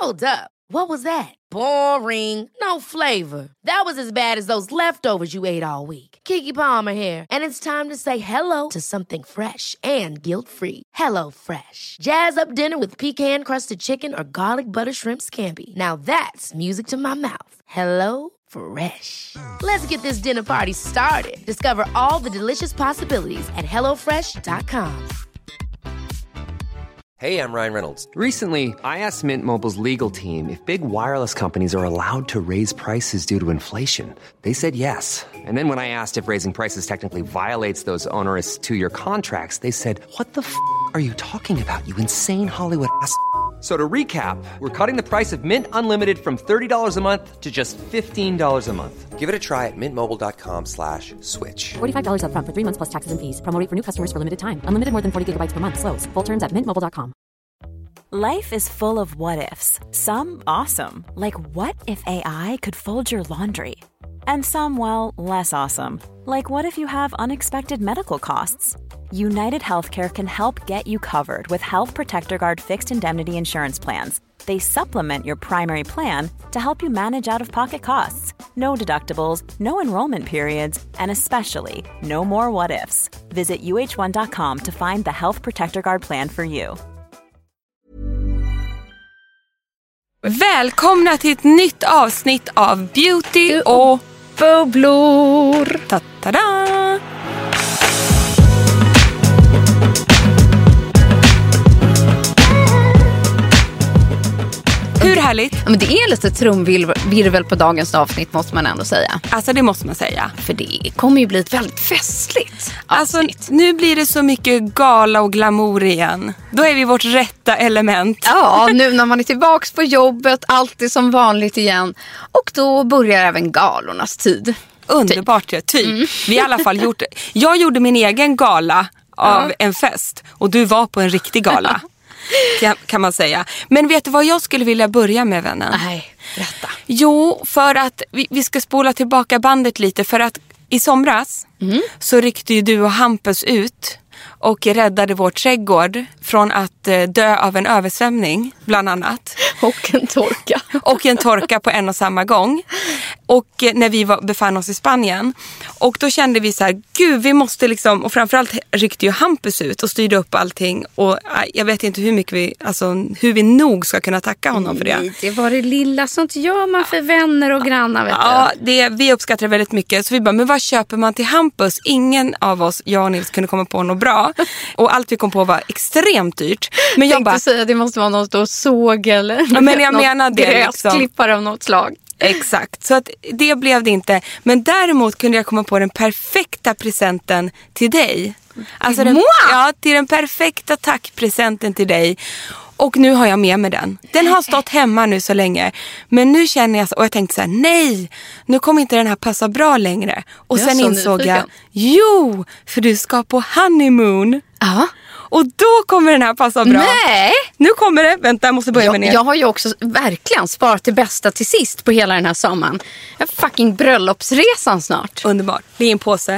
Hold up. What was that? Boring. No flavor. That was as bad as those leftovers you ate all week. Keke Palmer here, and it's time to say hello to something fresh and guilt-free. Hello Fresh. Jazz up dinner with pecan-crusted chicken or garlic butter shrimp scampi. Now that's music to my mouth. Hello Fresh. Let's get this dinner party started. Discover all the delicious possibilities at hellofresh.com. Hey, I'm Ryan Reynolds. Recently, I asked Mint Mobile's legal team if big wireless companies are allowed to raise prices due to inflation. They said yes. And then when I asked if raising prices technically violates those onerous two-year contracts, they said, what the f*** are you talking about, you insane Hollywood ass f- So to recap, we're cutting the price of Mint Unlimited from $30 a month to just $15 a month. Give it a try at mintmobile.com/switch. $45 up front for 3 months plus taxes and fees. Promo rate for new customers for limited time. Unlimited more than 40 gigabytes per month. Slows full terms at mintmobile.com. Life is full of what-ifs. Some awesome, like what if AI could fold your laundry? And some, well, less awesome, like what if you have unexpected medical costs? United Healthcare can help get you covered with Health Protector Guard fixed indemnity insurance plans. They supplement your primary plan to help you manage out-of-pocket costs. No deductibles, no enrollment periods, and especially no more what-ifs. Visit uh1.com to find the Health Protector Guard plan for you. Välkomna till ett nytt avsnitt av Beauty och bubblor. Ta-ta-da! Hur härligt? Ja, men det är lite trumvirvel på dagens avsnitt, måste man ändå säga. Alltså det måste man säga. För det kommer ju bli ett väldigt festligt avsnitt. Alltså nu blir det så mycket gala och glamour igen. Då är vi vårt rätta element. Ja, nu när man är tillbaks på jobbet, allt är som vanligt igen. Och då börjar även galornas tid. Underbart, typ. Vi har i alla fall gjort det. Jag gjorde min egen gala av en fest. Och du var på en riktig gala. Kan man säga. Men vet du vad jag skulle vilja börja med, vännen? Nej, berätta. Jo, för att vi ska spola tillbaka bandet lite. För att i somras så ryckte ju du och Hampus ut och räddade vår trädgård från att dö av en översvämning, bland annat. Och en torka. Och en torka på en och samma gång. Och när vi befann oss i Spanien. Och då kände vi så här, gud, vi måste liksom, och framförallt ryckte ju Hampus ut och styrde upp allting. Och jag vet inte hur vi nog ska kunna tacka honom för det. Nej, det var det lilla, sånt gör man för vänner och grannar, vet du. Ja, vi uppskattar det väldigt mycket. Så vi bara, men vad köper man till Hampus? Ingen av oss, jag och Nils, kunde komma på något bra. Och allt vi kom på var extremt dyrt. Men jag bara säga att det måste vara något då såg eller ja, men jag menar det gräsklippare av något slag. Exakt, så att det blev det inte. Men däremot kunde jag komma på den perfekta presenten till dig. Alltså till den perfekta tackpresenten till dig. Och nu har jag med mig den. Den har stått hemma nu så länge. Men nu känner jag, och jag tänkte så här, nej, nu kommer inte den här passa bra längre. Och sen insåg jag, för du ska på honeymoon. Ja. Och då kommer den här passa bra. Nej! Nu kommer det. Vänta, jag måste börja med ner. Jag har ju också verkligen sparat det bästa till sist på hela den här sommaren. Jag fucking bröllopsresan snart. Underbart. Det är en påse.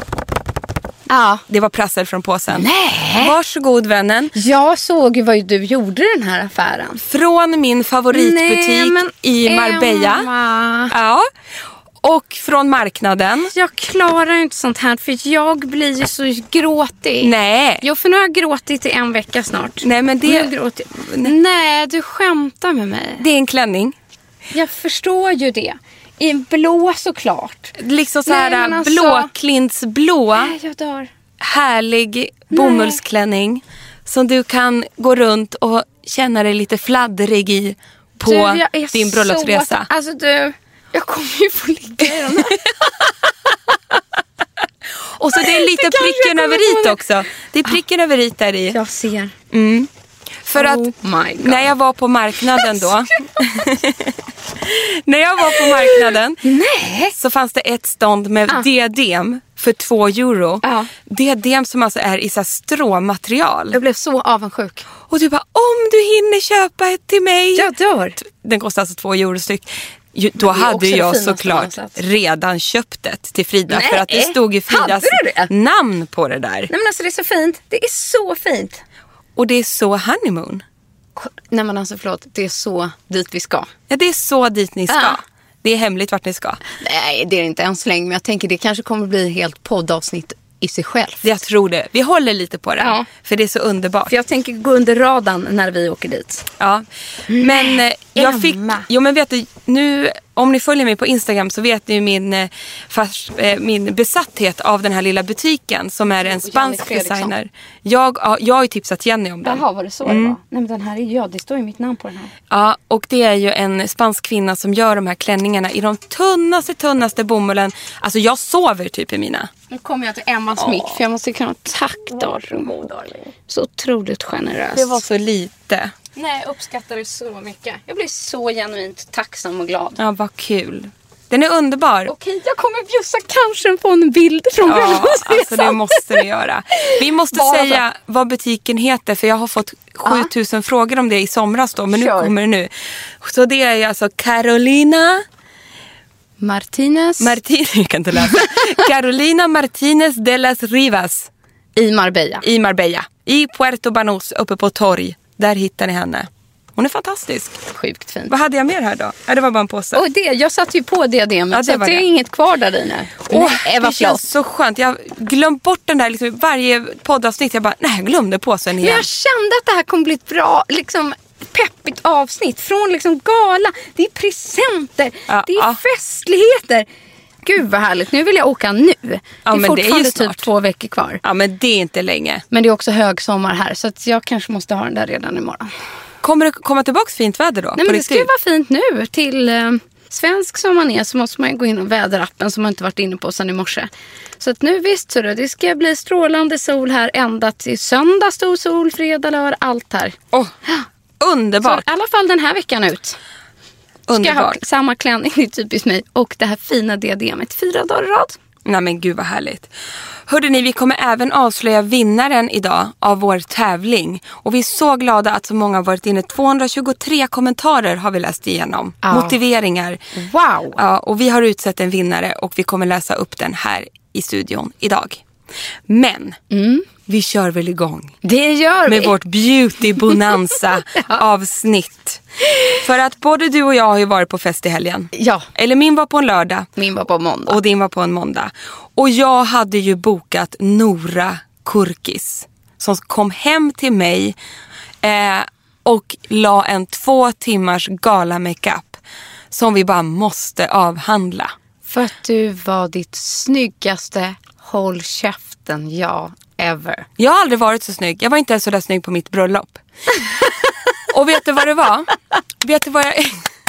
Ja. Det var prassel från påsen. Nej! Varsågod, vännen. Jag såg ju vad du gjorde den här affären. Från min favoritbutik i Marbella. Emma. Ja. Och från marknaden. Jag klarar inte sånt här för jag blir ju så gråtig. Nej. Jo, för nu har jag gråtit i en vecka snart. Nej, men det... Nej, du skämtar med mig. Det är en klänning. Jag förstår ju det. I en blå såklart. Liksom så här blåklintsblå. Nej, jag dör. Härlig bomullsklänning. Som du kan gå runt och känna dig lite fladdrig i på din bröllopsresa. Alltså du... Jag kommer ju få ligga i den här. Och så det är lite pricken över it också. Det är pricken över it där i. Jag ser. För att när jag var på marknaden då. När jag var på marknaden. Så fanns det ett stånd med diadem för 2 euro. Diadem som alltså är i så stråmaterial. Jag blev så avundsjuk. Och du bara, om du hinner köpa ett till mig. Jag dör. Den kostar alltså 2 euro styck. Då hade jag såklart redan köpt det till Frida. För att det stod ju Fridas namn på det där. Nej, men alltså det är så fint. Det är så fint. Och det är så honeymoon. Nej men alltså förlåt, det är så dit vi ska. Ja, det är så dit ni ska. Ja. Det är hemligt vart ni ska. Nej, det är inte än så länge. Men jag tänker det kanske kommer bli helt poddavsnitt i sig själv. Jag tror det. Vi håller lite på det. Ja. För det är så underbart. För jag tänker gå under radarn när vi åker dit. Ja. Men jag fick... Jo, men vet du, nu... Om ni följer mig på Instagram så vet ni min besatthet av den här lilla butiken som är en spansk designer. Jag har ju tipsat Jenny om den. Jaha, var det så det var? Nej, men den här är det står ju mitt namn på den här. Ja, och det är ju en spansk kvinna som gör de här klänningarna i de tunnaste bomullen. Alltså jag sover typ i mina. Nu kommer jag till Emmas mick för jag måste kunna tacka darling. Så otroligt generöst. Det var så lite. Nej, jag uppskattar det så mycket. Jag blir så genuint tacksam och glad. Ja, vad kul. Den är underbar. Okej, jag kommer bjussa kanske på en bild från alltså det måste ni göra. Vi måste säga vad butiken heter för jag har fått 7000 frågor om det i somras då. Men nu kommer det nu. Så det är alltså Carolina Martinez. Jag kan inte läsa. Carolina Martinez de las Rivas. I Marbella. I Puerto Banús uppe på torg. Där hittar ni henne. Hon är fantastisk. Sjukt fint. Vad hade jag mer här då? Ja, det var bara en påse. Och jag satt ju på diademet så det är inget kvar där inne. Det känns så skönt. Jag glömde bort den där liksom, varje poddavsnitt. Jag bara, jag glömde påsen igen. Men jag kände att det här kommer bli ett bra liksom, peppigt avsnitt. Från liksom gala. Det är presenter. Det är festligheter. Gud vad härligt. Nu vill jag åka nu. Det är fortfarande typ 2 veckor kvar. Ja, men det är inte länge. Men det är också högsommar här. Så att jag kanske måste ha den där redan imorgon. Kommer det komma tillbaka fint väder då? Nej, men det ska ju vara fint nu. Till svensk som man är så måste man gå in och väderappen som man inte varit inne på sedan i morse. Så att nu visst så det ska bli strålande sol här ända till söndag. Stor sol, fredag, lördag, allt här. Underbart. Så i alla fall den här veckan ut. Ska jag ha samma klänning, det är typiskt mig. Och det här fina diademet 4 dagar i rad. Nej men gud vad härligt. Hörde ni, vi kommer även avslöja vinnaren idag av vår tävling. Och vi är så glada att så många har varit inne. 223 kommentarer har vi läst igenom. Motiveringar. Wow. Ja, och vi har utsett en vinnare och vi kommer läsa upp den här i studion idag. Men vi kör väl igång. Det gör vi. Med vårt beauty bonanza avsnitt. För att både du och jag har ju varit på fest i helgen. Ja. Eller min var på en lördag. Min var på måndag. Och din var på en måndag. Och jag hade ju bokat Nora Kurkis. Som kom hem till mig och la en 2 timmars gala makeup. Som vi bara måste avhandla. För att du var ditt snyggaste håll käften ever. Jag har aldrig varit så snygg. Jag var inte ens så där snygg på mitt bröllop. Och vet du vad det var? Vet du vad jag...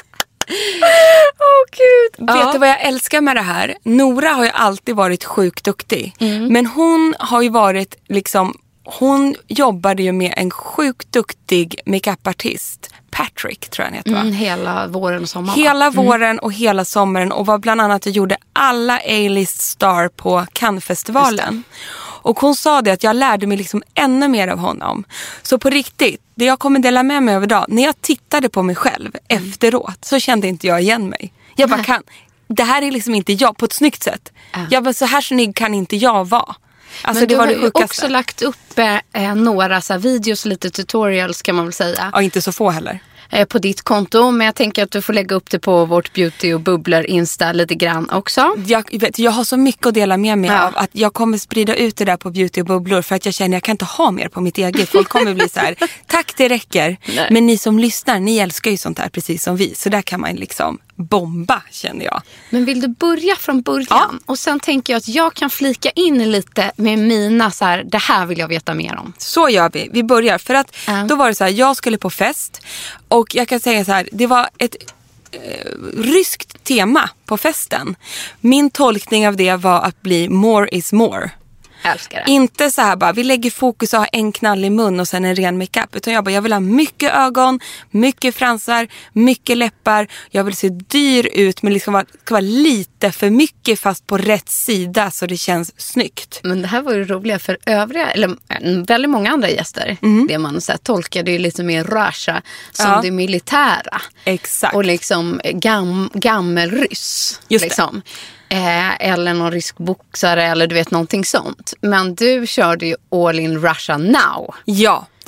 Gud. Vet du vad jag älskar med det här? Nora har ju alltid varit sjukt duktig. Men hon har ju varit liksom... Hon jobbade ju med en sjukt duktig makeupartist. Patrick tror jag han heter, va? Hela våren och sommaren. Hela våren och hela sommaren. Och var bland annat och gjorde alla A-list star på Cannes-festivalen. Och hon sa det att jag lärde mig liksom ännu mer av honom. Så på riktigt, det jag kommer dela med mig av idag. När jag tittade på mig själv efteråt så kände inte jag igen mig. Jag bara det här är liksom inte jag på ett snyggt sätt. Jag bara, så här snygg kan inte jag vara. Alltså, men det var du det har ju sjukaste. också lagt upp några så här videos, lite tutorials kan man väl säga. Ja, inte så få heller. På ditt konto, men jag tänker att du får lägga upp det på vårt beauty och bubblor Insta lite grann också. Jag har så mycket att dela med mig av att jag kommer sprida ut det där på beauty och bubblor för att jag känner att jag kan inte ha mer på mitt eget. Folk kommer bli så här, tack det räcker. Nej. Men ni som lyssnar, ni älskar ju sånt här precis som vi. Så där kan man liksom bomba, känner jag. Men vill du börja från början? Ja. Och sen tänker jag att jag kan flika in lite med mina så här, det här vill jag veta mer om. Så gör vi. Vi börjar. För att då var det så här, jag skulle på fest och jag kan säga så här, det var ett ryskt tema på festen. Min tolkning av det var att bli more is more. Älskar det. Inte så här bara, vi lägger fokus och har en knallig mun och sen en ren makeup. Utan jag vill ha mycket ögon, mycket fransar, mycket läppar. Jag vill se dyr ut men liksom ska vara lite för mycket fast på rätt sida så det känns snyggt. Men det här var ju roliga för övriga, eller väldigt många andra gäster. Det man så här, tolkade ju lite mer Russia som det militära. Exakt. Och liksom gammelryss. Just liksom. Eller någon riskboxare eller du vet någonting sånt. Men du körde ju all in Russia now. Ja,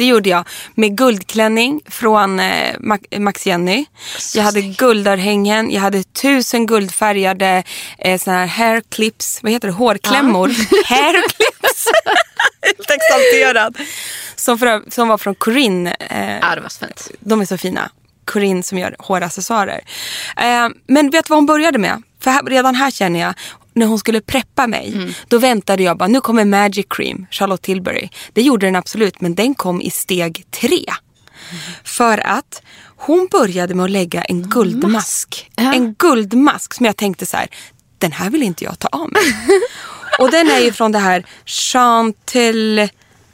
Det gjorde jag med guldklänning från Max Jenny. Jag hade guldörhängen. Jag hade 1000 guldfärgade såna här hair clips. Vad heter det? Hårklämmor. Hair clips. Helt exalterad. Som var från Corinne. Det var så fint. De är så fina. Corinne som gör håraccessoarer. Men vet du vad hon började med? För redan här känner jag, när hon skulle preppa mig, då väntade jag bara, nu kommer Magic Cream, Charlotte Tilbury. Det gjorde den absolut, men den kom i steg 3. För att hon började med att lägga en guldmask. En guldmask som jag tänkte så här, den här vill inte jag ta av mig. Och den är ju från det här Chantel...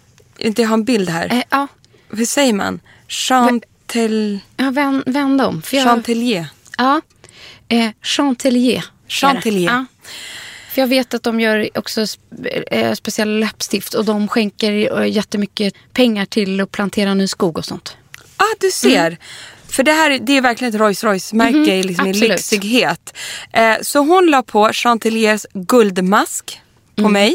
Jag har en bild här. Hur säger man? Chantelier. Vänd om. Chantelier. Ja. Chantelier. Chantelier. Ja. För jag vet att de gör också speciella läppstift. Och de skänker jättemycket pengar till att plantera ny skog och sånt. Du ser. För det är verkligen ett Rolls-Royce-märke liksom i lyxighet. Så hon la på Chanteliers guldmask på mig.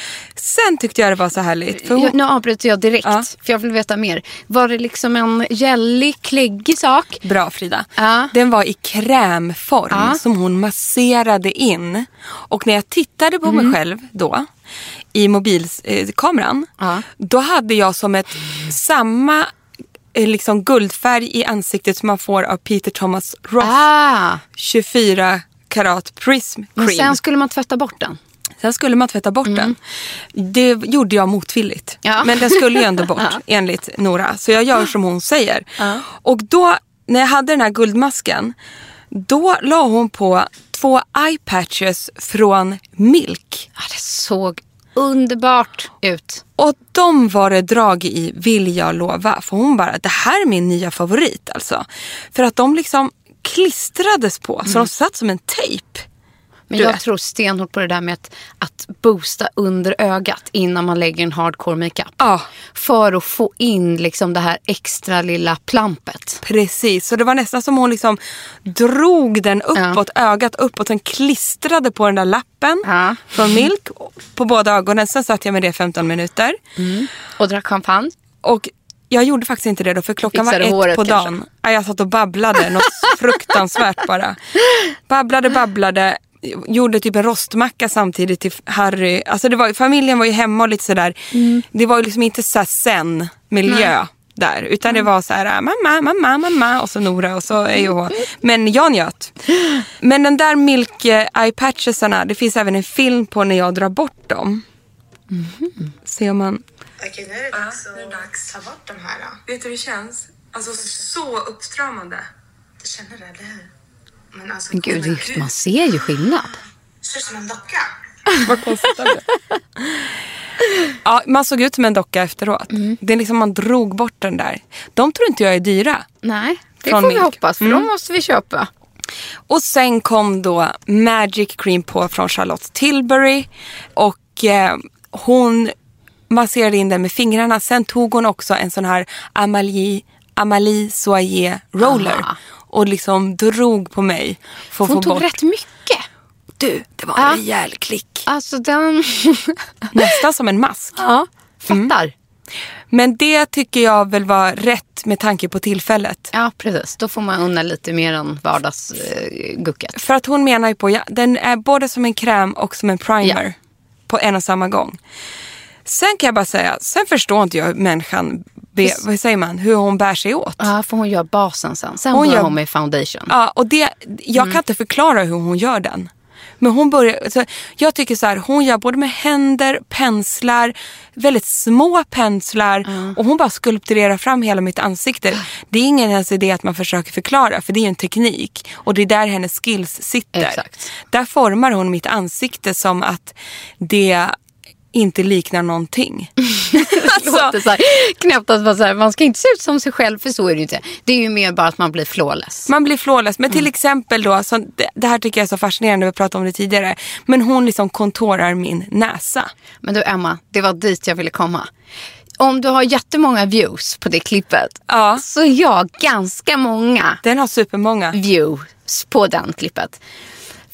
Sen tyckte jag det var så härligt. För nu avbryter jag direkt, för jag vill veta mer. Var det liksom en gällig, kläggig sak? Bra, Frida. Den var i krämform som hon masserade in. Och när jag tittade på mig själv då, i mobilkameran, då hade jag som ett samma liksom guldfärg i ansiktet som man får av Peter Thomas Roth. 24 karat prism cream. Men sen skulle man tvätta bort den. Sen skulle man tvätta bort den. Det gjorde jag motvilligt. Men den skulle ju ändå bort, enligt Nora. Så jag gör som hon säger. Och då, när jag hade den här guldmasken, då la hon på 2 eye patches från Milk. Det såg underbart ut. Och de var det drag i, vill jag lova. För hon bara, det här är min nya favorit alltså. För att de liksom klistrades på, så de satt som en tejp. Men jag tror stenhårt på det där med att boosta under ögat innan man lägger en hardcore makeup. För att få in liksom det här extra lilla plampet. Precis, så det var nästan som hon liksom drog den uppåt, ögat uppåt. Sen klistrade på den där lappen från Milk på båda ögonen. Sen satt jag med det 15 minuter. Och drack champagne. Och jag gjorde faktiskt inte det då, för klockan var 1 på dagen. Jag satt och babblade, något fruktansvärt bara. Babblade. Gjorde typ en rostmacka samtidigt till Harry. Alltså familjen var ju hemma och lite sådär. Det var ju liksom inte så sen miljö där. Utan det var så här, mamma och så Nora och så EOH. Men jag njöt. Men den där Milk eye patchesarna, det finns även en film på när jag drar bort dem. Ser man. Okej, nu är det dags att ta bort de här då. Vet du hur det känns? Alltså så uppstramande. Du känner det, eller hur? Men alltså, Gud, man ser ju skillnad. Ser som en docka. Vad konstigt är det? Ja, man såg ut som en docka efteråt. Det är liksom, man drog bort den där. De tror inte jag är dyra. Nej, det får vi hoppas, för de måste vi köpa. Och sen kom då Magic Cream på från Charlotte Tilbury. Och hon masserade in den med fingrarna. Sen tog hon också en sån här Amalie Soyer roller. Och liksom drog på mig. För hon tog rätt mycket. Du, det var en rejäl klick. Alltså den... Nästan som en mask. Ja, fattar. Men det tycker jag väl var rätt med tanke på tillfället. Ja, precis. Då får man unna lite mer än vardagsgucket. För att hon menar ju på, den är både som en kräm och som en primer. På en och samma gång. Sen kan jag bara säga, sen förstår inte jag människan, vad säger man, hur hon bär sig åt. Ja, för hon gör basen sen. Sen börjar hon med foundation. Ja, och jag kan inte förklara hur hon gör den. Men hon börjar, så jag tycker så här, hon gör både med händer, penslar, väldigt små penslar. Och hon bara skulpturerar fram hela mitt ansikte. Det är ingen ens idé att man försöker förklara, för det är en teknik. Och det är där hennes skills sitter. Exakt. Där formar hon mitt ansikte som att det inte liknar någonting. Alltså, så här, knappt att man, så här, man ska inte se ut som sig själv, för så är det inte. Det är ju mer bara att man blir flawless. Man blir flawless, men till exempel då, så det här tycker jag är så fascinerande, vi pratade om det tidigare, men hon liksom kontorar min näsa. Men du Emma, det var dit jag ville komma. Om du har jättemånga views på det klippet, så jag ganska många. Den har supermånga views på den klippet.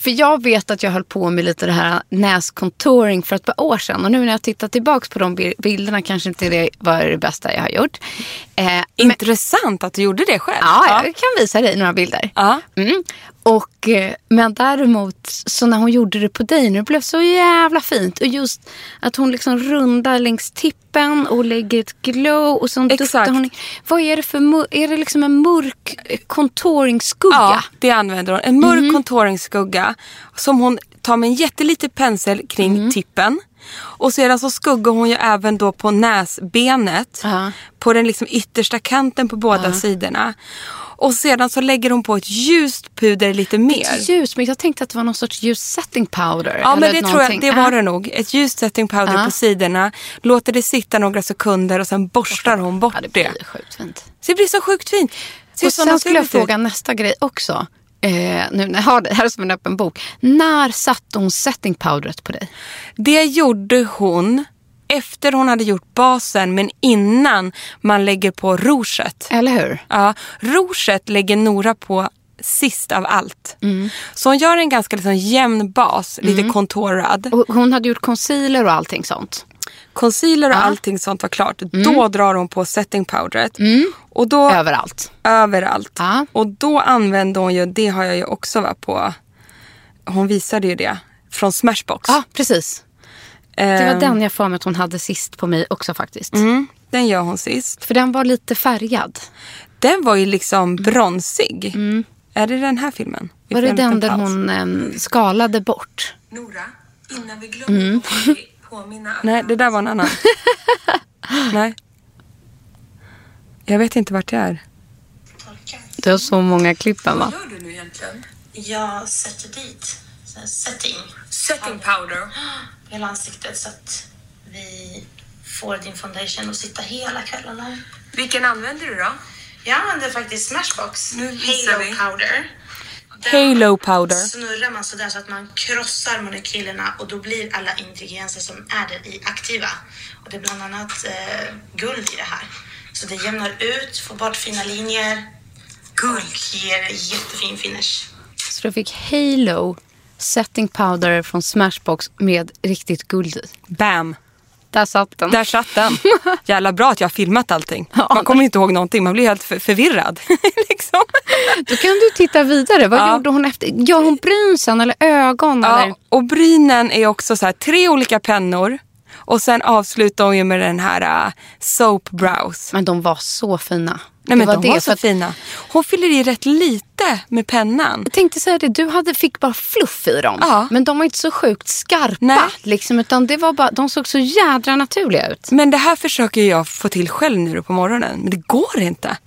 För jag vet att jag höll på med lite det här näskontouring för ett par år sedan. Och nu när jag tittar tillbaka på de bilderna kanske inte det var det bästa jag har gjort. Intressant att du gjorde det själv. Ja, jag kan visa dig några bilder. Ja. Och, men däremot så när hon gjorde det på dig nu, det blev så jävla fint. Och just att hon liksom rundar längs tippen och lägger ett glow och sen duttar hon. Vad är det för är det liksom en mörk contouringskugga? Ja, det använder hon. En mörk contouringskugga som hon tar med en jätteliten pensel kring tippen. Och sedan så skuggar hon ju även då på näsbenet. På den liksom yttersta kanten på båda sidorna. Och sedan så lägger hon på ett ljust puder lite mer. Ett ljus, men jag tänkte att det var någon sorts ljus setting powder. Ja, men det tror jag, det var det nog. Ett ljus setting powder på sidorna. Låter det sitta några sekunder och sen borstar hon bort det. Det blir sjukt fint. Så det blir så sjukt fint. Och sen skulle jag fråga nästa grej också. Nu när jag har det här som en öppen bok. När satte hon setting powderet på dig? Det gjorde hon efter hon hade gjort basen, men innan man lägger på rouget. Eller hur? Ja, rouget lägger Nora på sist av allt. Så hon gör en ganska liksom jämn bas, lite kontorad. Och hon hade gjort concealer och allting sånt. Concealer och allting sånt var klart. Då drar hon på setting powderet. Och då, överallt. Och då använde hon ju, det har jag ju också varit på. Hon visade ju det från Smashbox. Ja, precis. Det var den jag får med att hon hade sist på mig också faktiskt. Den gör hon sist. För den var lite färgad. Den var ju liksom bronsig. Är det den här filmen? Var det den där hon skalade bort? Nora, innan vi glömmer påminna. Nej, det där var en annan. Nej. Jag vet inte vart jag är. Du har så många klippen, va? Vad gör du nu egentligen? Jag sätter dit setting powder i hela ansiktet så att vi får din foundation att sitta hela kvällen här. Vilken använder du då? Jag använder faktiskt Smashbox Halo powder. Halo powder. Snurrar man sådär så att man krossar molekylerna och då blir alla ingredienser som är där i aktiva. Och det är bland annat guld i det här. Så det jämnar ut, får bort fina linjer. Guld. Och ger jättefin finish. Så du fick Halo setting powder från Smashbox med riktigt guld i. Bam. Där satt den. Där satt den. Jävla bra att jag har filmat allting. Man kommer inte ihåg någonting. Man blir helt förvirrad. Liksom. Då kan du titta vidare. Vad gjorde hon efter? Gör hon brynsen eller ögon? Ja, eller? Och brynen är också så här 3 olika pennor. Och sen avslutar hon ju med den här soap brows. Men de var så fina. Nej, men de var så fina. Hon fyller i rätt lite med pennan. Jag tänkte säga det, du fick bara fluff i dem. Ja. Men de var inte så sjukt skarpa. Nej. Liksom, utan det var bara, de såg så jädra naturliga ut. Men det här försöker jag få till själv nu på morgonen. Men det går inte.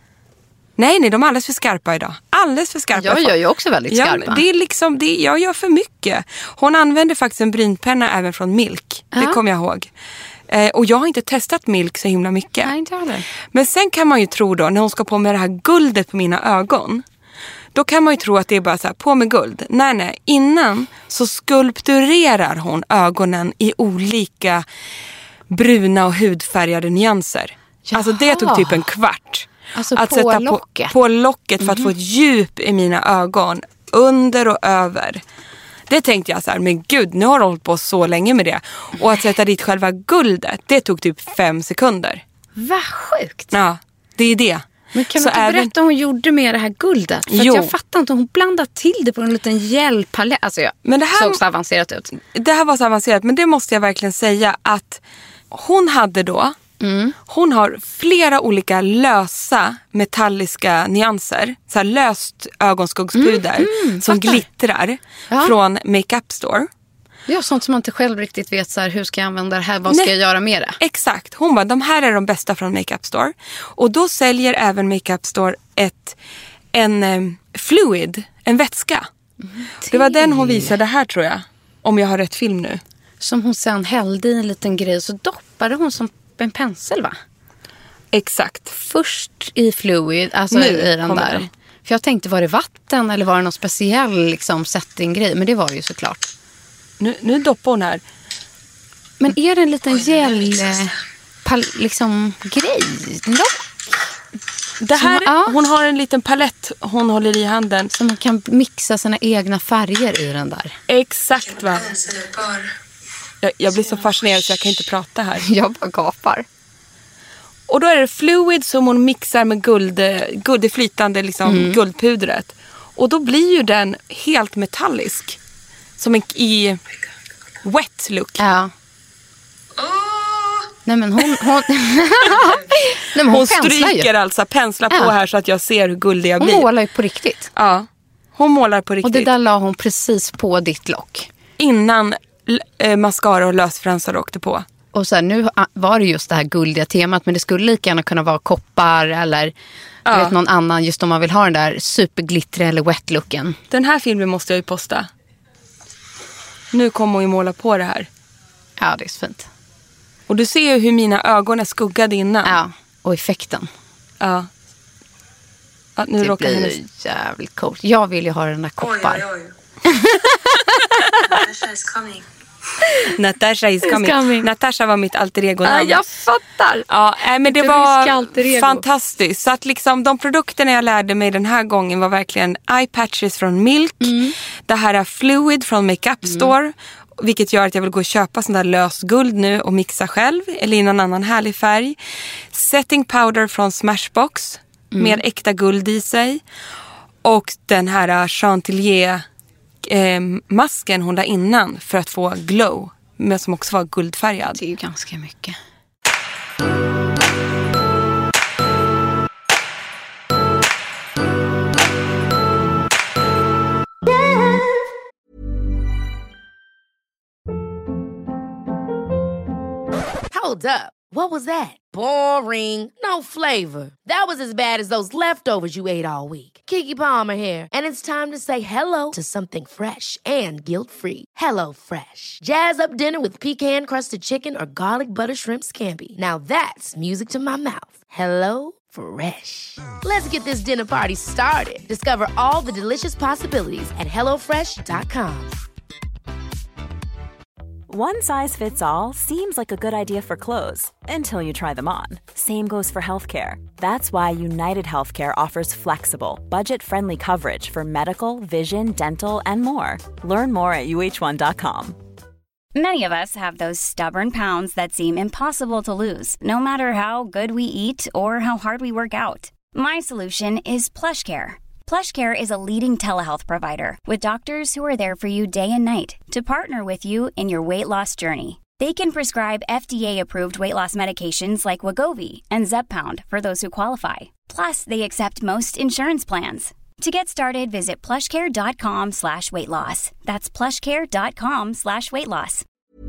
Nej, de är alldeles för skarpa idag. Alldeles för skarpa. Jag gör ju också väldigt skarpa. Ja, det är liksom, jag gör för mycket. Hon använder faktiskt en brynpenna även från Milk. Det kommer jag ihåg. Och jag har inte testat Milk så himla mycket. Nej, inte heller. Men sen kan man ju tro då, när hon ska på med det här guldet på mina ögon. Då kan man ju tro att det är bara så här, på med guld. Nej. Innan så skulpturerar hon ögonen i olika bruna och hudfärgade nyanser. Jaha. Alltså det tog typ en kvart. Alltså att på sätta locket? på locket för att få ett djup i mina ögon. Under och över. Det tänkte jag så här, men gud, nu har jag hållit på så länge med det. Och att sätta dit själva guldet, det tog typ 5 sekunder. Vad sjukt. Ja, det är det. Men kan du inte berätta vad hon gjorde med det här guldet? För att jag fattar inte, hon blandade till det på en liten gelpalett. Alltså men det här såg så avancerat ut. Det här var så avancerat, men det måste jag verkligen säga att hon hade då, hon har flera olika lösa metalliska nyanser. Så här löst ögonskuggspuder som glittrar från Makeup Store. Ja, sånt som man inte själv riktigt vet så här, hur ska jag använda det här, vad ska jag göra med det? Exakt, hon bara, de här är de bästa från Makeup Store. Och då säljer även Makeup Store en fluid, en vätska. Det var den hon visade här tror jag, om jag har rätt film nu. Som hon sen hällde i en liten grej, så doppade hon som en pensel, va? Exakt. Först i fluid, alltså nu i den där. Den. För jag tänkte, var det vatten eller var det någon speciell liksom, setting-grej? Men det var det ju såklart. Nu doppar hon här. Men är det en liten gel liksom grej? Det här, hon har en liten palett hon håller i handen. Så man kan mixa sina egna färger i den där. Exakt, va? Jag blir så fascinerad så jag kan inte prata här. Jag bara gapar. Och då är det fluid som hon mixar med det flytande liksom, guldpudret. Och då blir ju den helt metallisk. Som i wet look. Ja. Nej, men hon Nej, men hon stryker alltså, penslar på här så att jag ser hur guldig jag blir. Hon målar ju på riktigt. Ja, hon målar på riktigt. Och det där la hon precis på ditt lock. Innan mascara och lösfransar åkte på. Och så här, nu var det just det här guldiga temat, men det skulle lika gärna kunna vara koppar eller du vet, någon annan, just om man vill ha den där superglittriga eller wet looken. Den här filmen måste jag ju posta. Nu kommer hon ju måla på det här. Ja, det är så fint. Och du ser ju hur mina ögon är skuggade innan. Ja, och effekten. Ja. Nu det blir jävligt coolt. Jag vill ju ha den där koppar. Oj. Natasha is coming. Natasha is coming. Natasha var mitt alter ego-namn. Jag fattar. Ja, men det var fantastiskt. Så att liksom de produkterna jag lärde mig den här gången var verkligen eye patches från Milk. Det här är fluid från Makeup Store. Vilket gör att jag vill gå och köpa sån där lösguld nu och mixa själv. Eller i någon annan härlig färg. Setting powder från Smashbox. Med äkta guld i sig. Och den här Chantilly masken hon la innan för att få glow. Men som också var guldfärgad. Det är ju ganska mycket. Hold up. What was that? Boring. No flavor. That was as bad as those leftovers you ate all week. Keke Palmer here, and it's time to say hello to something fresh and guilt-free. Hello Fresh. Jazz up dinner with pecan-crusted chicken or garlic butter shrimp scampi. Now that's music to my mouth. Hello Fresh. Let's get this dinner party started. Discover all the delicious possibilities at hellofresh.com. One size fits all seems like a good idea for clothes until you try them on. Same goes for healthcare. That's why United Healthcare offers flexible, budget-friendly coverage for medical, vision, dental, and more. Learn more at uh1.com. Many of us have those stubborn pounds that seem impossible to lose, no matter how good we eat or how hard we work out. My solution is PlushCare. PlushCare is a leading telehealth provider with doctors who are there for you day and night to partner with you in your weight loss journey. They can prescribe FDA-approved weight loss medications like Wegovy and Zepbound for those who qualify. Plus, they accept most insurance plans. To get started, visit plushcare.com/weightloss. That's plushcare.com/weightloss.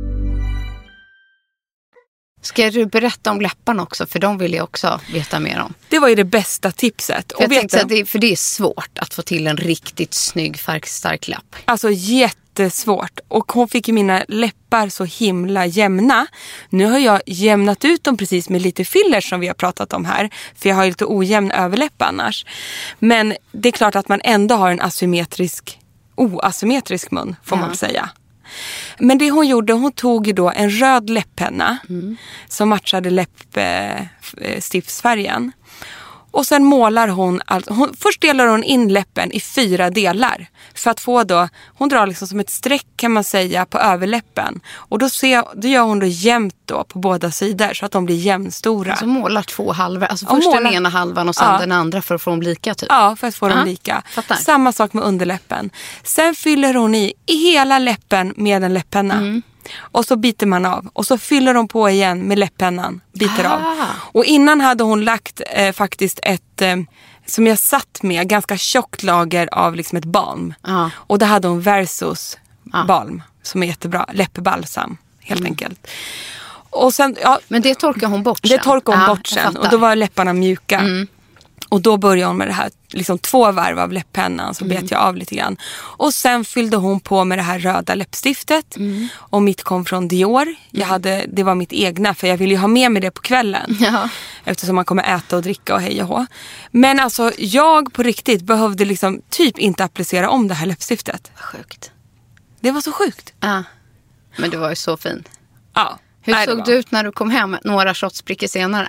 Ska du berätta om läpparna också? För de vill jag också veta mer om. Det var ju det bästa tipset. För jag tänkte att för det är svårt att få till en riktigt snygg färgstark läpp. Alltså jättesvårt. Och hon fick ju mina läppar så himla jämna. Nu har jag jämnat ut dem precis med lite fillers som vi har pratat om här. För jag har ju lite ojämn överläpp annars. Men det är klart att man ändå har en oasymmetrisk mun får man säga. Men det hon gjorde, hon tog ju då en röd läpppenna som matchade läppstiftsfärgen. Och sen målar hon, först delar hon in läppen i 4 delar. För att få då, hon drar liksom som ett streck kan man säga på överläppen. Och då gör hon då jämnt då på båda sidor så att de blir jämnstora. Alltså målar 2 halvor, alltså först den ena halvan och sen den andra för att få dem lika typ. Ja, för att få dem lika. Fattar. Samma sak med underläppen. Sen fyller hon i hela läppen med en läppenna. Och så biter man av. Och så fyller de på igen med läppennan. Biter av. Och innan hade hon lagt faktiskt ett som jag satt med ganska tjockt lager av liksom ett balm. Och det hade hon Versus balm som är jättebra. Läppbalsam helt enkelt. Och sen, men det torkar hon bort sen. Det torkar hon bort sen. Och då var läpparna mjuka. Och då började hon med det här, liksom 2 varv av läpppennan, så bet jag av lite grann. Och sen fyllde hon på med det här röda läppstiftet. Och mitt kom från Dior. Det var mitt egna, för jag ville ju ha med mig det på kvällen. Eftersom man kommer äta och dricka och hej och hå. Men alltså, jag på riktigt behövde liksom typ inte applicera om det här läppstiftet. Sjukt. Det var så sjukt. Ja. Men det var ju så fin. Ja. Hur såg du ut när du kom hem några shotsprickor senare?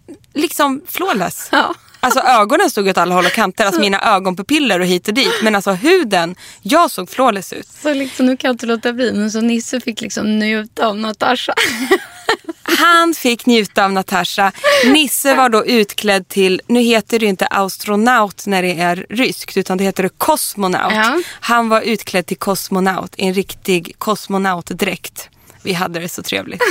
liksom flawless. Ja. Alltså ögonen stod åt alla håll och kanter. Alltså mina ögonpupiller och hit och dit. Men alltså huden, jag såg flawless ut. Så liksom, nu kan jag inte låta bli. Men så Nisse fick liksom njuta av Natasha. Han fick njuta av Natasha. Nisse var då utklädd till, nu heter det inte astronaut när det är ryskt, utan det heter det kosmonaut. Ja. Han var utklädd till kosmonaut, en riktig kosmonautdräkt. Vi hade det så trevligt.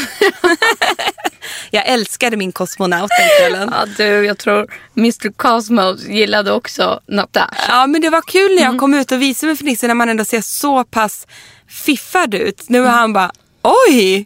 Jag älskade min kosmonaut den kvällen. Ja du, jag tror Mr. Cosmos gillade också Natasha. Ja, men det var kul när jag kom ut och visade mig för Nisse när man ändå ser så pass fiffad ut. Nu är han bara, oj,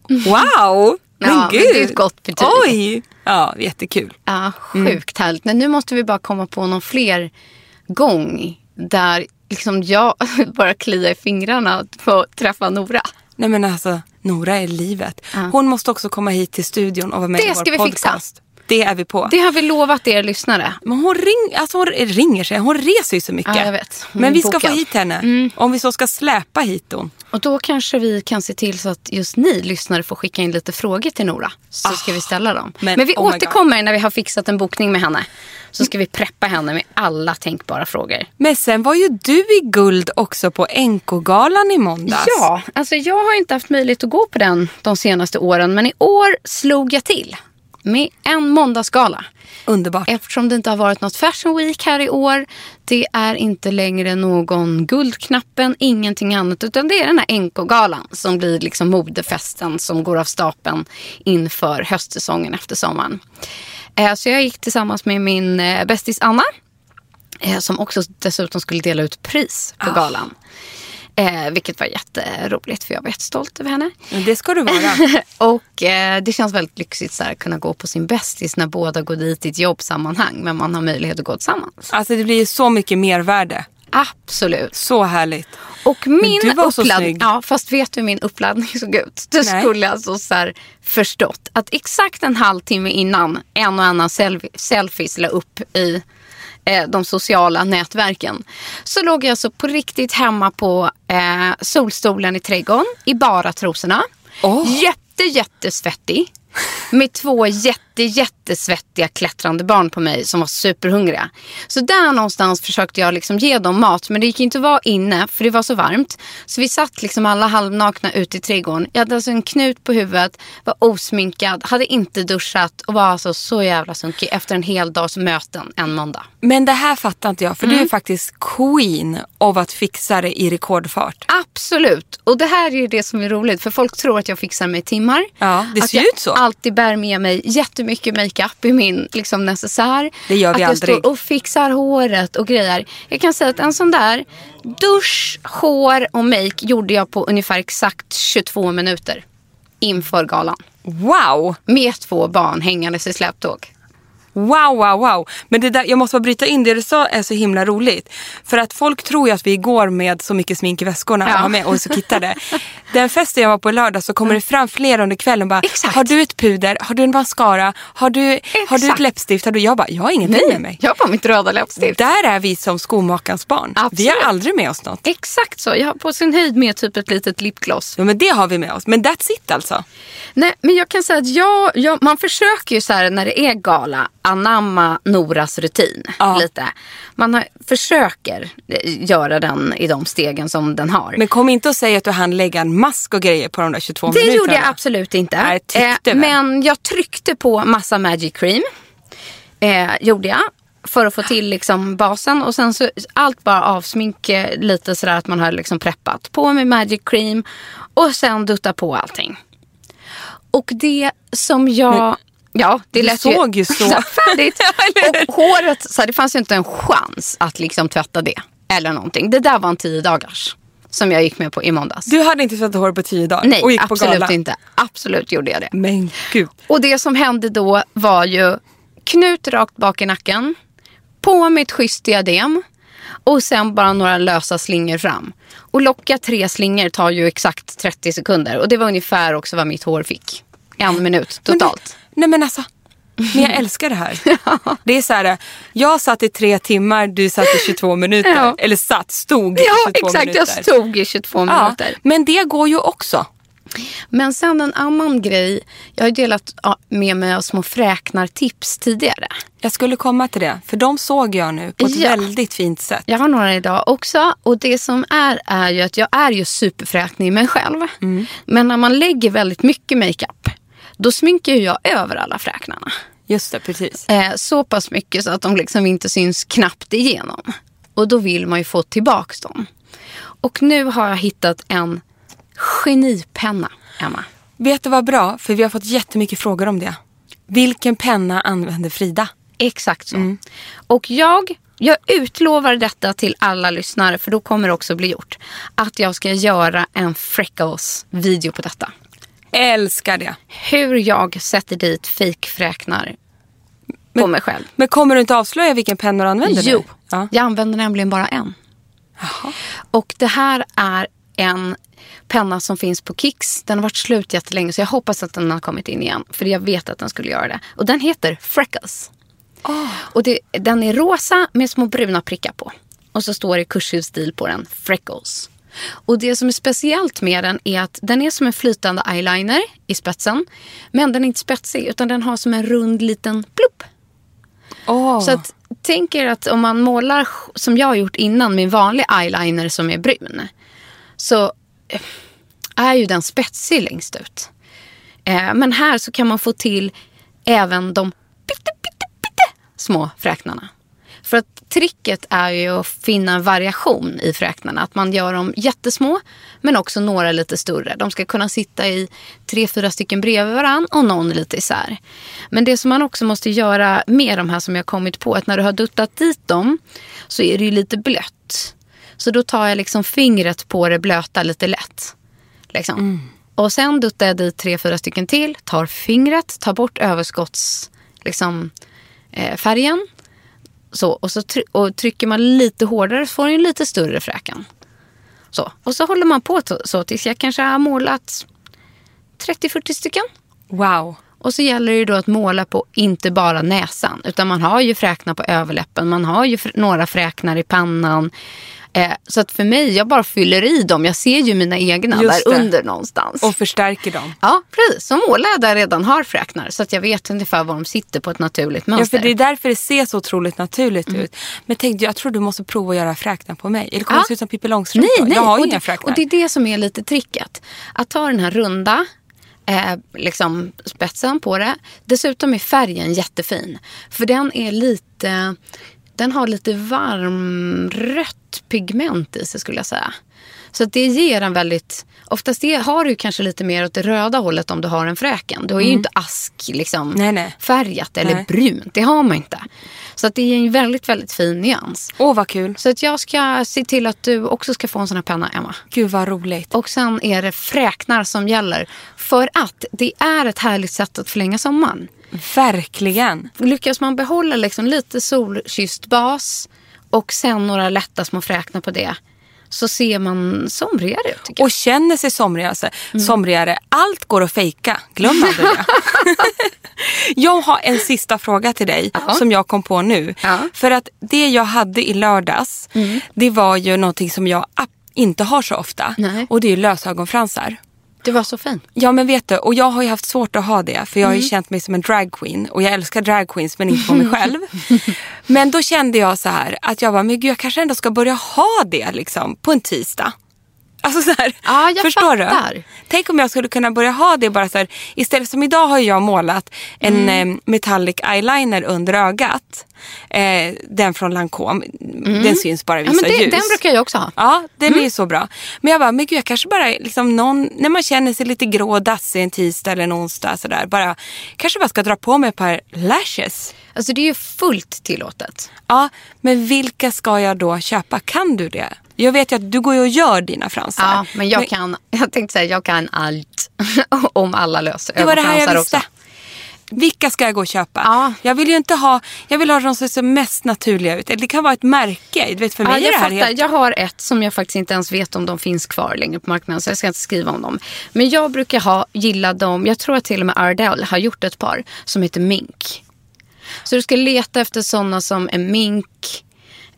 wow, men ja, gud. Men det är ett gott betyg. Oj, ja, jättekul. Ja, sjukt härligt. Men nu måste vi bara komma på någon fler gång där liksom jag bara kliar i fingrarna att få träffa Nora. Nej men alltså, Nora är livet. Hon måste också komma hit till studion och vara med i vår podcast. Det ska vi fixa. Det är vi på. Det har vi lovat er lyssnare. Men hon ringer sig. Hon reser ju så mycket. Ja, jag vet. Men vi ska få hit henne. Om vi så ska släpa hit hon. Och då kanske vi kan se till så att just ni lyssnare får skicka in lite frågor till Nora. Så ska vi ställa dem. Men vi återkommer när vi har fixat en bokning med henne. Så ska vi preppa henne med alla tänkbara frågor. Men sen var ju du i guld också på NK-galan i måndags. Ja, alltså jag har inte haft möjlighet att gå på den de senaste åren. Men i år slog jag till med en måndagsgala. Underbart. Eftersom det inte har varit något Fashion Week här i år. Det är inte längre någon Guldknappen, ingenting annat. Utan det är den här NK-galan som blir liksom modefesten som går av stapeln inför höstsäsongen efter sommaren. Så jag gick tillsammans med min bästis Anna. Som också dessutom skulle dela ut pris på galan. Vilket var jätteroligt för jag var jättestolt över henne. Det ska du vara. Och det känns väldigt lyxigt så här, att kunna gå på sin bästis när båda går dit i ett jobbsammanhang. Men man har möjlighet att gå tillsammans. Alltså det blir så mycket mervärde. Absolut. Så härligt. Och min du var så uppladdning, snygg. ja, fast vet du hur min uppladdning såg ut? Du skulle alltså så här förstått att exakt en halvtimme innan en och annan selfies la upp i de sociala nätverken. Så låg jag alltså på riktigt hemma på solstolen i trädgården i bara trosorna. Jättesvettig. Med 2 jättesvettiga klättrande barn på mig som var superhungriga. Så där någonstans försökte jag liksom ge dem mat. Men det gick inte att vara inne för det var så varmt. Så vi satt liksom alla halvnakna ute i trädgården. Jag hade alltså en knut på huvudet, var osminkad, hade inte duschat och var alltså så jävla sunkig efter en hel dags möten en måndag. Men det här fattar inte jag, för du är faktiskt queen av att fixa det i rekordfart. Absolut. Och det här är ju det som är roligt. För folk tror att jag fixar mig i timmar. Ja, det ser att ut så. Jag alltid bär med mig jättemycket makeup i min liksom, necessär. Det gör vi att aldrig. Jag står och fixar håret och grejer. Jag kan säga att en sån där dusch, hår och make gjorde jag på ungefär exakt 22 minuter inför galan. Wow! Med 2 barn hängandes i släptåg. Wow. Men det där, jag måste bara bryta in det du sa är så himla roligt. För att folk tror ju att vi går med så mycket smink i väskorna och har med och så kittade. Den festen jag var på lördag så kommer det fram flera under kvällen bara, har du ett puder, har du en mascara, har du ett läppstift? Jag har ingenting med mig. Jag har bara mitt röda läppstift. Där är vi som skomakarens barn. Absolut. Vi har aldrig med oss något. Exakt så, jag har på sin höjd med typ ett litet lipgloss. Ja, men det har vi med oss, men that's it alltså. Nej, men jag kan säga att man försöker ju så här när det är gala anamma Noras rutin lite. Man försöker göra den i de stegen som den har. Men kom inte och säga att du hann lägga en mask och grejer på de där 22 minuterna. Det gjorde jag absolut inte. Nej, men jag tryckte på massa Magic Cream. Gjorde jag. För att få till liksom basen. Och sen så allt bara avsmink lite sådär att man har liksom preppat. På med Magic Cream. Och sen dutta på allting. Och det som jag... Ja, det lät såg ju så färdigt. Och håret, så det fanns ju inte en chans att liksom tvätta det. Eller någonting. Det där var en 10 dagars. Som jag gick med på i måndags. Du hade inte tvättat hår på 10 dagar? Nej, och gick på absolut gala. inte. Absolut gjorde jag det. Men gud. Och det som hände då var ju knut rakt bak i nacken. På mitt schysst diadem. Och sen bara några lösa slingor fram. Och locka 3 slingor tar ju exakt 30 sekunder. Och det var ungefär också vad mitt hår fick. 1 minut totalt. Nej men alltså, men jag älskar det här. Det är så här, jag satt i 3 timmar, du satt i 22 minuter. Eller stod i 22 exakt, minuter. jag stod i 22 minuter. Men det går ju också. Men sen en annan grej. Jag har delat med mig av små fräknartips tidigare. Jag skulle komma till det. För de såg jag nu på ett väldigt fint sätt. Jag har några idag också. Och det som är ju att jag är ju superfräknig mig själv. Men när man lägger väldigt mycket makeup, då sminkar jag över alla fräknarna. Just det, precis. Så pass mycket så att de liksom inte syns knappt igenom. Och då vill man ju få tillbaka dem. Och nu har jag hittat en genipenna, Emma. Vet du vad bra? För vi har fått jättemycket frågor om det. Vilken penna använder Frida? Exakt så. Och jag utlovar detta till alla lyssnare, för då kommer det också bli gjort. Att jag ska göra en freckles-video på detta. Älskar det. Hur jag sätter dit fake-fräknar på mig själv. Men kommer du inte avslöja vilken penna du använder? Jo, jag använder nämligen bara en. Jaha. Och det här är en penna som finns på Kicks. Den har varit slut jättelänge, så jag hoppas att den har kommit in igen. För jag vet att den skulle göra det. Och den heter Freckles. Och den är rosa med små bruna prickar på. Och så står det kursiv stil på den, Freckles. Och det som är speciellt med den är att den är som en flytande eyeliner i spetsen. Men den är inte spetsig, utan den har som en rund liten plupp. Så att tänk er att om man målar som jag har gjort innan med en vanlig eyeliner som är brun, så är ju den spetsig längst ut. Men här så kan man få till även de pytte små fräknarna. För att tricket är ju att finna en variation i fräknarna. Att man gör dem jättesmå, men också några lite större. De ska kunna sitta i 3-4 stycken bredvid varann och någon lite isär. Men det som man också måste göra med de här som jag kommit på, att när du har duttat dit dem så är det ju lite blött. Så då tar jag liksom fingret på det blöta lite lätt. Liksom. Och sen duttar jag dit 3-4 stycken till, tar fingret, tar bort överskotts liksom, färgen. Så, och trycker man lite hårdare så får den en lite större fräken. Så. Och så håller man på så tills jag kanske har målat 30-40 stycken. Wow. Och så gäller det ju då att måla på inte bara näsan, utan man har ju fräknar på överläppen. Man har ju några fräknar i pannan. Så att för mig, jag bara fyller i dem. Jag ser ju mina egna där under någonstans. Och förstärker dem. Ja, precis. Så målar jag där jag redan har fräknar. Så att jag vet ungefär var de sitter på ett naturligt mönster. Ja, för det är därför det ser så otroligt naturligt ut. Men jag tror du måste prova att göra fräknar på mig. Eller kommer det se ut som Pippi Långstrump? Nej. Jag har ju inga fräknar. Och det är det som är lite tricket. Att ta den här runda liksom spetsen på det. Dessutom är färgen jättefin. För den är lite... Den har lite varmrött pigment i sig, skulle jag säga. Så att det ger en väldigt... Oftast har du kanske lite mer åt det röda hållet om du har en fräken. Du har ju inte ask liksom, färgat eller brunt. Det har man inte. Så att det är en väldigt, väldigt fin nyans. Vad kul. Så att jag ska se till att du också ska få en sån här penna, Emma. Gud, vad roligt. Och sen är det fräknar som gäller. För att det är ett härligt sätt att förlänga sommaren. Verkligen. Lyckas man behålla liksom lite solkysst bas och sen några lätta små fräknar på det, så ser man somrigare ut, tycker jag. Och känner sig somrigare. Allt går att fejka. Glöm aldrig det. Jag har en sista fråga till dig som jag kom på nu. För att det jag hade i lördags, det var ju någonting som jag inte har så ofta. Nej. Och det är ju lösögonfransar. Det var så fint. Ja, men vet du, och jag har ju haft svårt att ha det. För jag har ju känt mig som en dragqueen. Och jag älskar dragqueens, men inte på mig själv. Men då kände jag så här, att jag bara, men gud, jag kanske ändå ska börja ha det liksom på en tisdag. Alltså så här, ja, jag förstår fattar. Du? Tänk om jag skulle kunna börja ha det bara så här. Istället som idag har jag målat en metallic eyeliner under ögat. Den från Lancôme. Den syns bara i vissa ljus. Den brukar jag också ha. Ja, den är så bra. Men jag bara, men gud, jag kanske bara liksom när man känner sig lite grå och dassig en tisdag eller en onsdag sådär, kanske bara ska dra på mig ett par lashes. Alltså det är ju fullt tillåtet. Ja, men vilka ska jag då köpa? Kan du det? Jag vet ju att du går och gör dina fransar. Ja, men jag tänkte säga, jag kan allt om alla lösögonfransar. Det var det här jag visste. Också. Vilka ska jag gå och köpa? Ja. Jag vill ju inte jag vill ha de som ser mest naturliga ut. Eller det kan vara ett märke. Du vet, för mig är det här helt... Jag har ett som jag faktiskt inte ens vet om de finns kvar längre på marknaden. Så jag ska inte skriva om dem. Men jag brukar gilla dem. Jag tror att till och med Ardell har gjort ett par som heter Mink. Så du ska leta efter sådana som är mink.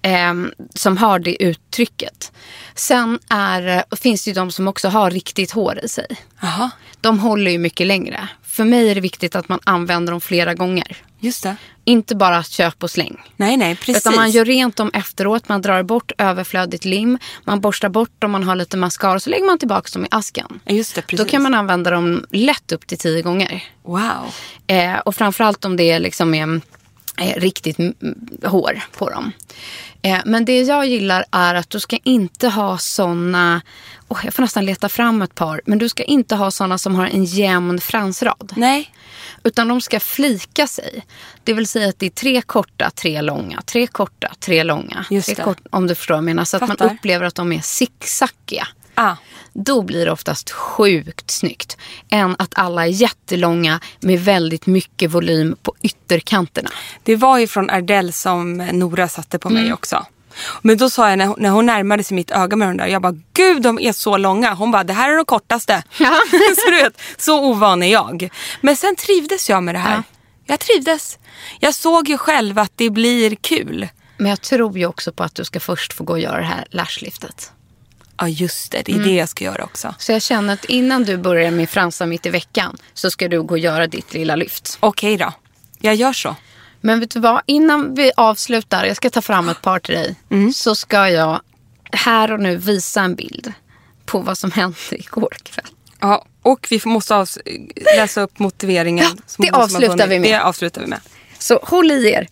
som har det uttrycket. Sen finns det ju de som också har riktigt hår i sig. Aha. De håller ju mycket längre. För mig är det viktigt att man använder dem flera gånger. Just det. Inte bara köp och släng. Nej, precis. Utan man gör rent dem efteråt. Man drar bort överflödigt lim. Man borstar bort om man har lite mascara. Så lägger man tillbaka dem i asken. Just det, precis. Då kan man använda dem lätt upp till 10 gånger. Wow. Och framförallt om det liksom är riktigt hår på dem. Men det jag gillar är att du ska inte ha såna... jag får nästan leta fram ett par. Men du ska inte ha såna som har en jämn fransrad. Nej. Utan de ska flika sig. Det vill säga att det är 3 korta, 3 långa. 3 korta, 3 långa. Just det. Om du förstår vad jag menar. Så att man upplever att de är zigzackiga. Då blir det oftast sjukt snyggt. Än att alla är jättelånga med väldigt mycket volym på ytterkanterna. Det var ju från Ardell som Nora satte på mig också. Men då sa jag när hon närmade sig mitt öga med den där. Jag bara, gud de är så långa. Hon bara, det här är de kortaste. Ja. Så du vet, så ovan är jag. Men sen trivdes jag med det här. Ja. Jag trivdes. Jag såg ju själv att det blir kul. Men jag tror ju också på att du ska först få gå och göra det här lashliftet. Ja just det, det är det jag ska göra också. Så jag känner att innan du börjar med fransar mitt i veckan så ska du gå och göra ditt lilla lyft. Okej då, jag gör så. Men vet du vad, innan vi avslutar, jag ska ta fram ett par till dig. Så ska jag här och nu visa en bild på vad som hände igår kväll. Ja, och vi måste läsa upp motiveringen. Ja, det avslutar vi med. Det avslutar vi med. Så håll i er.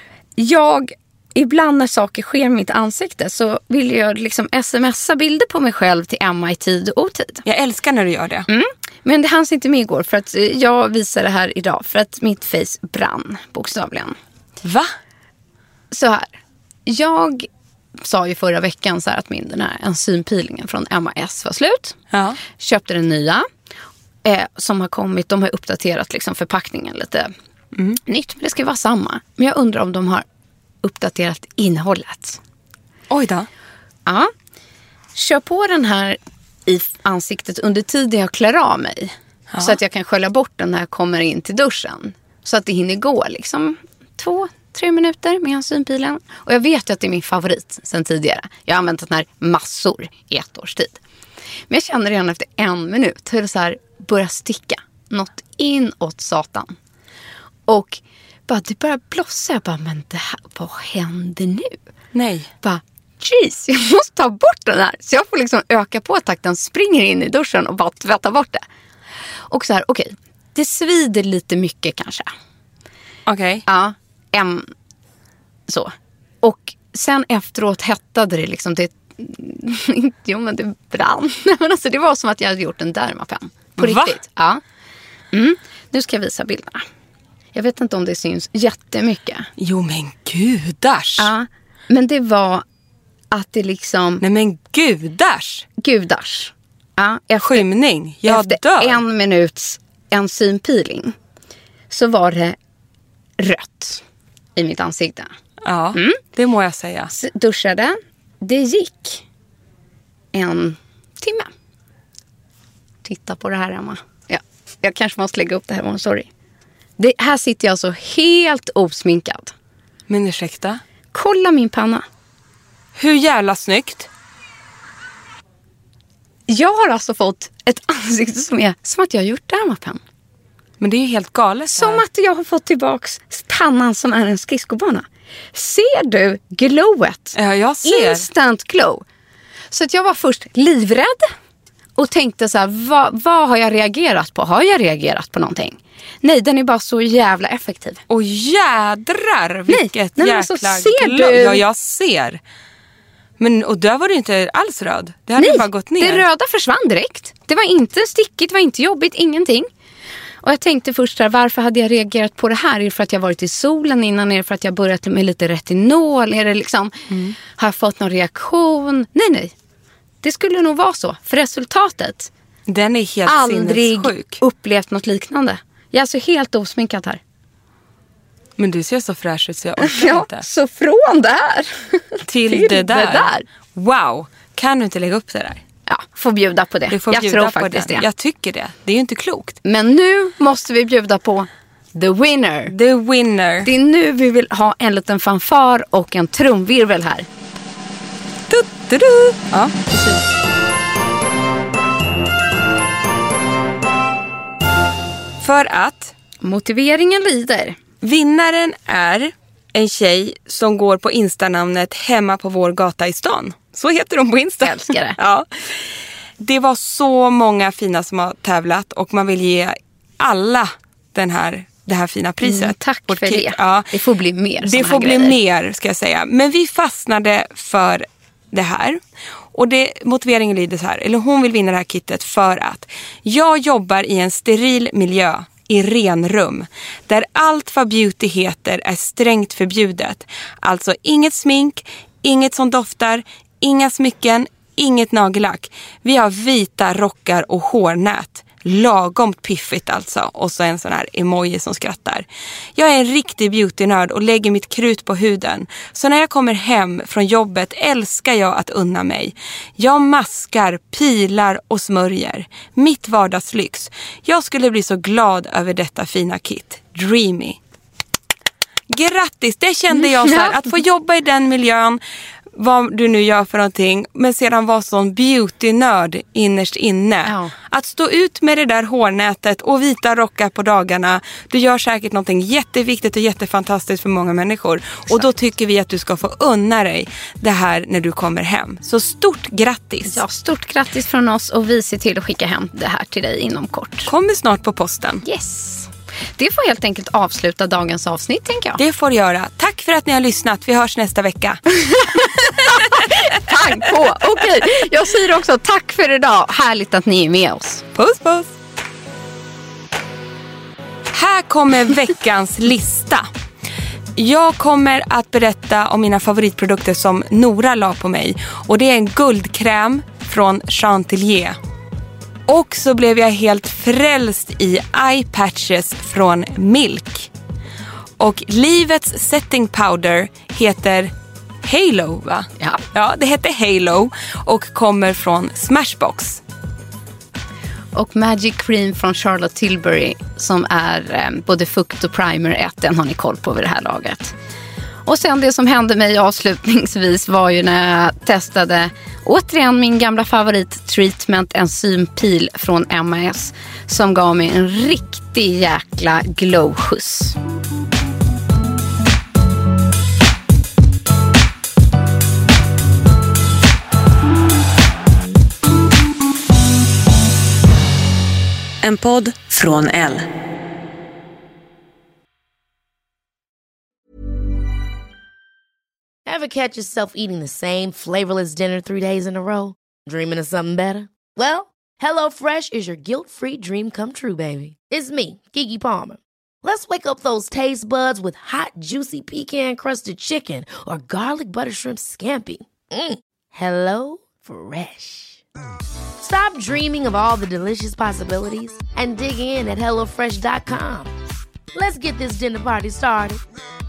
Ibland när saker sker i mitt ansikte så vill jag liksom smsa bilder på mig själv till Emma i tid och otid. Jag älskar när du gör det. Men det hanns inte med igår för att jag visar det här idag för att mitt face brann bokstavligen. Va? Så här. Jag sa ju förra veckan så här att den här enzympeelingen från MAS var slut. Ja. Köpte den nya som har kommit. De har uppdaterat liksom förpackningen lite nytt. Men det ska vara samma. Men jag undrar om de har uppdaterat innehållet. Oj då. Ja. Kör på den här i ansiktet under tiden jag klär av mig. Ja. Så att jag kan skölja bort den när jag kommer in till duschen. Så att det hinner gå liksom 2-3 minuter med enzympilen. Och jag vet ju att det är min favorit sedan tidigare. Jag har använt den här massor i 1 års tid. Men jag känner redan efter 1 minut hur det så här börjar sticka. Något inåt satan. Och det börjar blossa. Jag bara, men det här, vad händer nu? Nej. Jeez, jag måste ta bort den här. Så jag får liksom öka på takten, springer in i duschen och bara tvätta bort det. Och så här, okej. Det svider lite mycket kanske. Okej. Ja, så. Och sen efteråt hettade det liksom. Jo, men det brann. Men alltså, det var som att jag hade gjort en dermapen. På riktigt. Ja. Nu ska jag visa bilderna. Jag vet inte om det syns jättemycket. Jo, men gudars. Ja, men det var att det liksom... Nej, men gudars. Gudars. Ja, skymning. Jag efter 1 minuts enzympeeling så var det rött i mitt ansikte. Ja, det må jag säga. Så duschade. Det gick 1 timme. Titta på det här, Emma. Ja, jag kanske måste lägga upp det här. Sorry. Här sitter jag alltså helt osminkad. Men ursäkta? Kolla min panna. Hur jävla snyggt? Jag har alltså fått ett ansikte som är som att jag har gjort dermapen. Men det är ju helt galet. Som att jag har fått tillbaks pannan som är en skridskobana. Ser du glowet? Ja, jag ser. Instant glow. Så att jag var först livrädd och tänkte så här, vad har jag reagerat på? Har jag reagerat på någonting? Nej, den är bara så jävla effektiv. Och jädrar, vilket nej, jäkla alltså, ser glow. du? Ja, jag ser. Men, och där var det inte alls röd. Det hade bara gått ner. Det röda försvann direkt. Det var inte stickigt, det var inte jobbigt, ingenting. Och jag tänkte först här, varför hade jag reagerat på det här? Är det för att jag varit i solen innan? Är det för att jag börjat med lite retinol? Är det liksom, har jag fått någon reaktion? Nej. Det skulle nog vara så. För resultatet. Den är helt aldrig sinnessjuk. Upplevt något liknande. Jag är alltså helt osminkad här. Men du ser så fräsch ut så jag orkar inte. Ja, så från där till det där. Wow, kan du inte lägga upp det där? Ja, får bjuda på det. Du får jag bjuda tror på faktiskt det. Jag tycker det. Det är ju inte klokt. Men nu måste vi bjuda på The winner. The winner. Det är nu vi vill ha en liten fanfar och en trumvirvel här. Ja, precis. För att motiveringen lyder: vinnaren är en tjej som går på Insta-namnet Hemma på vår gata i stan. Så heter de på Insta. Jag älskar det. Ja. Det var så många fina som har tävlat och man vill ge alla det här fina priset. Tack för kit. det. Ja. Det får bli mer. Det får bli mer, ska jag säga. Men vi fastnade för det här. Och motiveringen lyder så här. Eller hon vill vinna det här kittet för att jag jobbar i en steril miljö i renrum där allt vad beauty heter är strängt förbjudet. Alltså inget smink, inget som doftar, inga smycken, inget nagellack. Vi har vita rockar och hårnät. Lagomt piffigt alltså. Och så en sån här emoji som skrattar. Jag är en riktig beautynörd och lägger mitt krut på huden. Så när jag kommer hem från jobbet älskar jag att unna mig. Jag maskar, pilar och smörjer. Mitt vardagslyx. Jag skulle bli så glad över detta fina kit. Dreamy. Grattis, det kände jag så här. Att få jobba i den miljön, vad du nu gör för någonting, men sedan vara sån beautynörd innerst inne. Ja. Att stå ut med det där hårnätet och vita rockar på dagarna, du gör säkert någonting jätteviktigt och jättefantastiskt för många människor. Exakt. Och då tycker vi att du ska få unna dig det här när du kommer hem. Så stort grattis! Ja, stort grattis från oss och vi ser till att skicka hem det här till dig inom kort. Kommer snart på posten. Yes! Det får helt enkelt avsluta dagens avsnitt, tänker jag. Det får göra. Tack för att ni har lyssnat. Vi hörs nästa vecka. Tack på. Okej, jag säger också tack för idag. Härligt att ni är med oss. Puss, puss. Här kommer veckans lista. Jag kommer att berätta om mina favoritprodukter som Nora la på mig. Och det är en guldkräm från Chantilly. Och så blev jag helt frälst i eye patches från Milk. Och livets setting powder heter Halo, va? Ja, det heter Halo och kommer från Smashbox. Och Magic Cream från Charlotte Tilbury som är både fukt och primer 1, den har ni koll på vid det här laget. Och sen det som hände mig avslutningsvis var ju när jag testade återigen min gamla favorit Treatment enzympil från MAS som gav mig en riktig jäkla glow-skjuts. En podd från L. Ever catch yourself eating the same flavorless dinner 3 days in a row? Dreaming of something better? Well, HelloFresh is your guilt-free dream come true, baby. It's me, Keke Palmer. Let's wake up those taste buds with hot, juicy pecan-crusted chicken or garlic butter shrimp scampi. Hello Fresh. Stop dreaming of all the delicious possibilities and dig in at HelloFresh.com. Let's get this dinner party started.